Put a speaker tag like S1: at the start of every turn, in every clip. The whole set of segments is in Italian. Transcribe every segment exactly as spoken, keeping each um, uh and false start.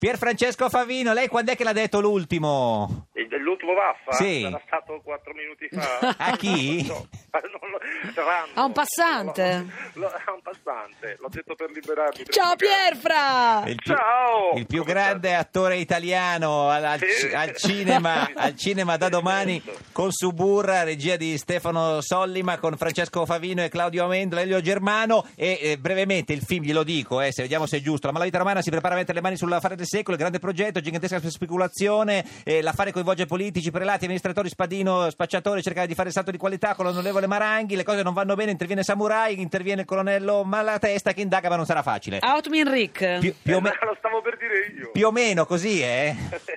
S1: Pierfrancesco Favino, lei quando è che l'ha detto l'ultimo?
S2: L'ultimo vaffa?
S1: Sì.
S2: Era stato quattro minuti fa.
S1: A chi?
S2: No, non lo, random.
S3: A un passante.
S2: Lo, lo, a un passante, l'ho detto per liberarmi. Per
S3: Ciao Pierfra!
S1: Il più,
S2: Ciao!
S1: il più
S2: Come
S1: grande
S2: state?
S1: attore italiano al, al,
S2: Sì.
S1: al cinema, al cinema da domani con Suburra, regia di Stefano Sollima, con Francesco Favino e Claudio Amendola, Elio Germano. E eh, brevemente il film, glielo dico, eh, se vediamo se è giusto. La malavita romana si prepara a mettere le mani sull'affare del secolo, il grande progetto, gigantesca speculazione, eh, l'affare coinvolge politici, prelati, amministratori, Spadino, spacciatori, cercare di fare il salto di qualità con l'onorevole Maranghi, le cose non vanno bene, interviene Samurai, interviene il colonnello Malatesta che indaga ma non sarà facile.
S3: Outmin Rick.
S1: Più, più, o
S2: Eh,
S1: me-
S2: lo stavo per dire io.
S1: più o meno così, eh?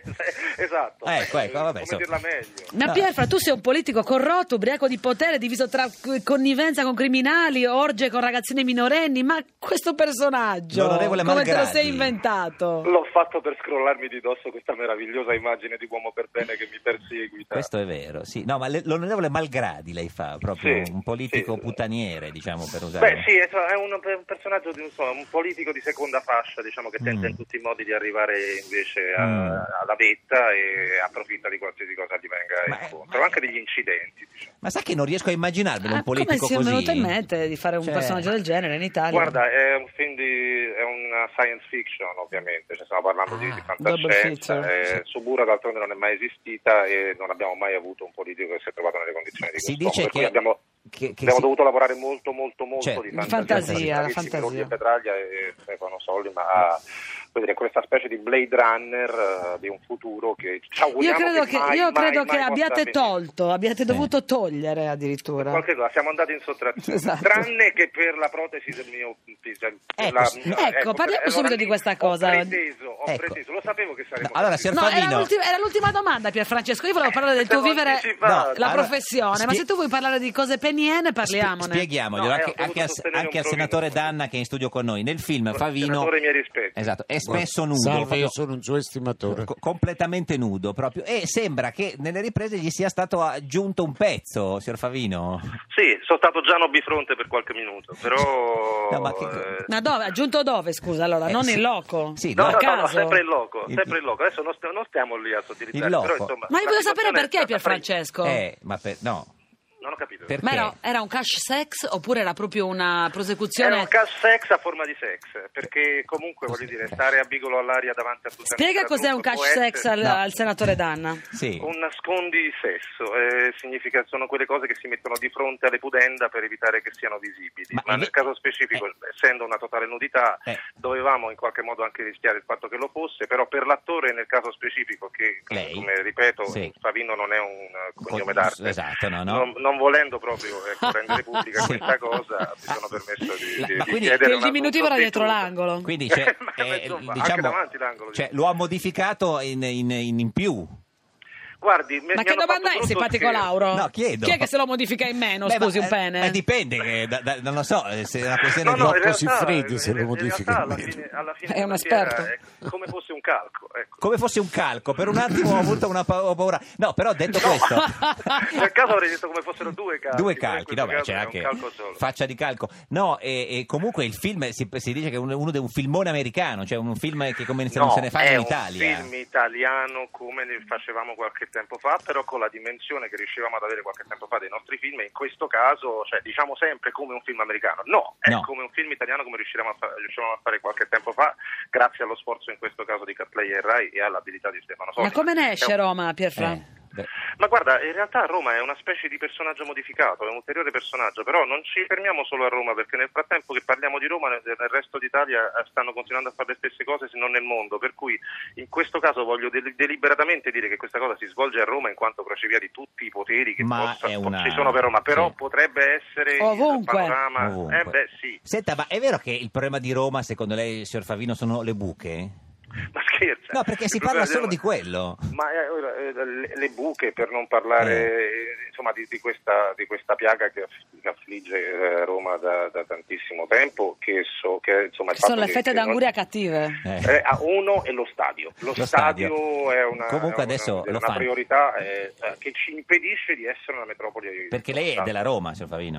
S2: Esatto.
S1: Ecco, ecco, vabbè,
S2: Come
S1: insomma.
S2: dirla meglio.
S3: Ma
S1: No.
S3: Pierfra, tu sei un politico corrotto, ubriaco di potere, diviso tra connivenza con criminali, orge con ragazzine minorenni, ma questo personaggio,
S1: L'onorevole
S3: come te lo
S1: Malgradi.
S3: sei inventato?
S2: L'ho fatto per scrollarmi di dosso questa meravigliosa immagine di uomo per bene che mi perseguita.
S1: Questo è vero, sì. No, ma le- l'onorevole Malgradi lei fa, proprio
S2: Sì,
S1: un politico
S2: sì.
S1: puttaniere, diciamo, per usare.
S2: Beh sì, è è un, un personaggio di un, so, un politico di seconda fascia, diciamo, che tenta
S1: Mm.
S2: in tutti i modi di arrivare invece a-
S1: Mm.
S2: alla vetta e approfitta di qualsiasi cosa gli venga
S1: Ma-
S2: incontro,
S1: ma-
S2: anche degli incidenti, diciamo.
S1: Ma sa che non riesco a immaginarmelo
S3: Ah,
S1: un politico
S3: come si è
S1: così?
S3: venuto in mente di fare un
S1: Cioè-
S3: personaggio del genere in Italia?
S2: Guarda, è un film di è una science fiction, ovviamente, cioè, stiamo parlando di,
S1: Ah,
S2: di
S3: double
S2: fantascienza.
S3: feature.
S2: Eh, Suburra d'altronde non è mai esistita e non abbiamo mai avuto un politico che si è trovato nelle condizioni di
S1: Si
S2: quest'uomo,
S1: dice
S2: per cui
S1: che-
S2: abbiamo,
S1: che- che
S2: abbiamo
S1: si-
S2: dovuto lavorare molto molto molto
S1: Cioè,
S2: di
S1: di
S2: fantasia,
S3: fantasia, la
S2: bravissimi
S3: fantasia.
S2: Rodi e Petraglia e Stefano Sollima a come dire, questa specie di Blade Runner eh, di un futuro che ci
S3: Io
S2: auguriamo
S3: credo che,
S2: mai,
S3: io
S2: mai,
S3: credo
S2: mai
S3: che
S2: possa
S3: abbiate
S2: avvenire.
S3: tolto, abbiate dovuto togliere addirittura.
S2: Qualche cosa, siamo andati in sottrazione,
S3: Esatto.
S2: tranne che per la protesi del mio per
S1: Ecco,
S2: la-
S1: sì.
S3: Ecco, parliamo
S2: allora
S3: subito
S2: lì
S3: di questa cosa.
S2: Ho preteso, ho
S1: Ecco.
S2: preteso, lo sapevo che saremmo
S1: No, allora,
S2: così.
S1: signor
S3: No,
S1: Favino-
S3: era l'ultima, era l'ultima domanda, Pierfrancesco. Io volevo parlare del tuo
S2: Siamo
S3: vivere
S2: anticipati.
S1: No,
S3: la
S1: allora,
S3: professione, ma
S1: spie-
S3: se tu vuoi parlare di cose peniene, parliamone.
S1: Spieghiamoglielo
S2: No, eh,
S1: anche,
S2: ho dovuto
S1: anche, al,
S2: sostenere
S1: anche
S2: un
S1: al senatore
S2: provino.
S1: Danna che è in studio con noi. Nel film Favino
S2: Senatore, miei rispetti.
S1: esatto, è spesso nudo,
S4: Salve,
S1: proprio
S4: io sono un suo estimatore.
S1: co- completamente nudo proprio, e sembra che nelle riprese gli sia stato aggiunto un pezzo, signor Favino.
S2: Sì, sono stato Giano Bifronte per qualche minuto, però
S1: No, ma che-
S2: eh,
S3: Ma dove? Aggiunto dove, scusa, allora?
S1: Eh,
S3: non
S1: sì.
S3: in loco?
S1: Sì,
S2: no,
S3: a
S2: no, no,
S3: caso?
S2: no, sempre in loco,
S1: Il-
S2: sempre in loco. Adesso non stiamo, non stiamo lì a sottilizzare,
S1: Il loco.
S2: però insomma.
S3: Ma io
S2: la
S3: voglio sapere
S2: situazione è
S3: perché,
S2: stata
S3: Pierfrancesco.
S1: Eh, ma per, no,
S2: pre- Non ho capito.
S1: perché?
S3: Ma era, era un cash sex oppure era proprio una prosecuzione?
S2: Era un cash sex a forma di sex, perché comunque voglio dire, stare a bigolo all'aria davanti a tutta
S3: Spiega cos'è un cash sex al,
S1: No.
S3: al senatore Danna.
S1: Sì.
S2: Un nascondi sesso, eh, significa sono quelle cose che si mettono di fronte alle pudenda per evitare che siano visibili,
S1: Ma
S2: ma,
S1: inve-
S2: nel caso specifico,
S1: eh.
S2: essendo una totale nudità,
S1: Eh.
S2: dovevamo in qualche modo anche rischiare il fatto che lo fosse, però per l'attore nel caso specifico, che
S1: Lei?
S2: come ripeto,
S1: Sì.
S2: Favino non è un eh, cognome
S1: Co-
S2: d'arte,
S1: esatto, no, no.
S2: Non, non volendo proprio ecco, rendere pubblica
S1: Sì.
S2: questa cosa, mi sono permesso di,
S1: La-
S2: di,
S1: ma
S2: di
S1: quindi-
S2: chiedere
S3: Che il
S2: una-
S3: diminutivo
S2: un
S3: era dietro
S2: sostituto.
S3: l'angolo.
S1: Quindi c'è,
S2: Ma,
S1: eh,
S2: insomma, anche
S1: diciamo,
S2: davanti l'angolo,
S1: cioè,
S2: diciamo.
S1: lo ha modificato in, in, in, in più.
S2: Guardi, mi-
S3: Ma
S2: mi
S3: che
S2: hanno
S3: domanda
S2: fatto
S3: è,
S2: brutto
S3: simpatico
S2: scherzo.
S3: Lauro?
S1: No, chiedo.
S3: Chi è che se lo modifica in meno,
S1: Beh,
S3: scusi,
S1: ma,
S3: un pene?
S1: eh, dipende, che da- da- non lo so, eh, se è una questione
S2: No,
S1: di...
S2: no, in
S4: Rocco
S2: realtà,
S4: Siffredi se lo
S2: in
S4: modifica
S2: realtà alla
S4: in
S2: fine, alla fine
S3: È un
S2: della fiera
S3: esperto.
S2: è come fosse un calco. Ecco.
S1: Come fosse un calco, per un attimo ho avuto una pa- ho paura. No, però detto questo...
S2: Nel caso avrei detto come fossero due calchi.
S1: Due
S2: però in
S1: calchi,
S2: questo
S1: no, beh,
S2: caso
S1: c'è
S2: è
S1: anche
S2: un calco solo.
S1: faccia di calco. No, e, e comunque il film si, si dice che è uno, uno di un filmone americano, cioè un film che come se
S2: No,
S1: non se ne fa
S2: è
S1: in
S2: un
S1: Italia.
S2: film italiano come ne facevamo qualche tempo fa, però con la dimensione che riuscivamo ad avere qualche tempo fa dei nostri film, e in questo caso, cioè, diciamo sempre come un film americano. No, è
S1: No.
S2: come un film italiano come riuscivamo a, fa- riuscivamo a fare qualche tempo fa, grazie allo sforzo in questo caso di Catlei e Rai e all'abilità di Stefano Sollima.
S3: Ma come ne esce
S2: È un-
S3: Roma, Pierfra?
S1: Eh, beh,
S2: Ma guarda, in realtà Roma è una specie di personaggio modificato, è un ulteriore personaggio, però non ci fermiamo solo a Roma, perché nel frattempo che parliamo di Roma, nel, nel resto d'Italia eh, stanno continuando a fare le stesse cose, se non nel mondo, per cui in questo caso voglio del- deliberatamente dire che questa cosa si svolge a Roma in quanto crocevia di tutti i poteri che
S1: Ma
S2: possa-
S1: è una-
S2: ci sono per Roma, però
S1: sì.
S2: potrebbe essere
S3: Ovunque.
S2: il panorama.
S1: ovunque.
S2: Eh beh sì,
S1: Senta, ma è vero che il problema di Roma, secondo lei, signor Favino, sono le buche?
S2: ma scherza.
S1: No, perché si
S2: Il
S1: parla
S2: problema
S1: solo di quello.
S2: Ma eh, ora, eh, le, le buche, per non parlare eh, insomma di, di, questa, di questa piaga che, aff- che affligge eh, Roma da, da tantissimo tempo, che, so, che insomma il
S3: Ci sono
S2: fatto
S3: le
S2: che-
S3: fette
S2: che non-
S3: d'anguria cattive.
S1: Eh.
S2: Eh, ah, uno è lo stadio. Lo,
S1: Lo
S2: stadio,
S1: stadio.
S2: è una,
S1: Comunque
S2: è una-
S1: adesso
S2: è
S1: lo
S2: una
S1: fanno.
S2: priorità eh, eh, che ci impedisce di essere una metropoli.
S1: Perché lei è
S2: importante.
S1: della Roma, signor Favino?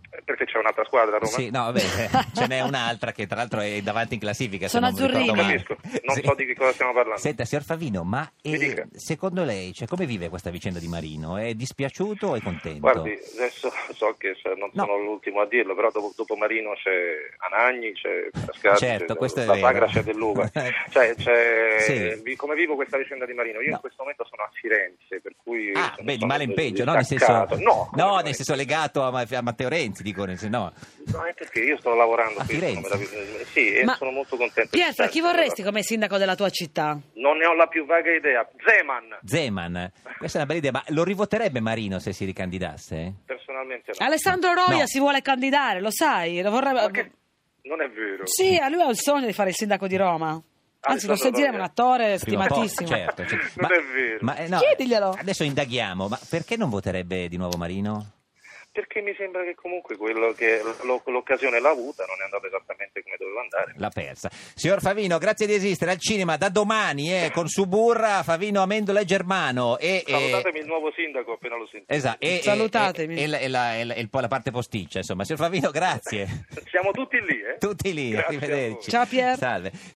S2: Perché c'è un'altra squadra a Roma?
S1: Sì, no, vabbè, ce n'è un'altra che tra l'altro è davanti in classifica.
S3: Sono
S1: se non mi ricordo
S3: azzurrini.
S1: male.
S2: Capisco, non
S1: Sì.
S2: so di che cosa stiamo parlando.
S1: Senta, signor Favino, ma
S2: Mi
S1: eh,
S2: dica.
S1: secondo lei, cioè, come vive questa vicenda di Marino? È dispiaciuto o è contento?
S2: Guardi, adesso so che se- non
S1: No.
S2: sono l'ultimo a dirlo, però dopo, dopo Marino c'è Anagni, c'è Frascati,
S1: Certo,
S2: c'è
S1: questo è
S2: la
S1: vero.
S2: Sagra, c'è Dell'Uva. Cioè, c'è,
S1: Sì.
S2: vi- come vivo questa vicenda di Marino? Io
S1: No.
S2: in questo momento sono a Firenze, per cui...
S1: Ah,
S2: sono-
S1: beh, di
S2: sono
S1: male in peggio, no? Nel senso,
S2: distaccato. No, come
S1: no,
S2: mai?
S1: nel senso legato a, Ma- a Matteo Renzi, dico, nel senso, no.
S2: No, è perché io sto lavorando
S1: A
S2: qui, sono
S1: Firenze?
S2: meraviglioso. Sì, e
S3: Ma-
S2: sono molto contento.
S3: Pietro, chi
S2: Certo,
S3: vorresti come sindaco della tua città?
S2: Non ne ho la più vaga idea. Zeman,
S1: Zeman, questa è una bella idea, ma lo rivoterebbe Marino se si ricandidasse?
S2: personalmente no.
S3: Alessandro Roia
S1: No.
S3: si vuole candidare, lo sai? Lo vorrebbe...
S2: Ma che- Non è vero.
S3: Sì, a lui ha il sogno di fare il sindaco di Roma. Anzi, lo so
S2: Alessandro
S3: dire, è
S2: Roia.
S3: un attore
S1: Prima o poi,
S3: stimatissimo.
S1: certo, certo.
S2: Non è vero.
S1: Ma, eh, no,
S3: Chiediglielo.
S1: Adesso indaghiamo, ma perché non voterebbe di nuovo Marino?
S2: Perché mi sembra che comunque quello che lo- l'occasione l'ha avuta, non è andato esattamente come doveva andare.
S1: L'ha persa. Signor Favino, grazie di esistere al cinema da domani eh, con Suburra, Favino, Amendola e Germano. E, e-
S2: Salutatemi il nuovo sindaco appena lo sentite.
S1: Esatto, e,
S3: Salutatemi.
S1: E, e, e la, e la- e poi la parte posticcia, insomma. Signor Favino, grazie.
S2: Siamo tutti lì, eh?
S1: Tutti lì,
S2: Grazie a
S1: arrivederci.
S2: voi.
S3: Ciao, Pier.
S1: Salve.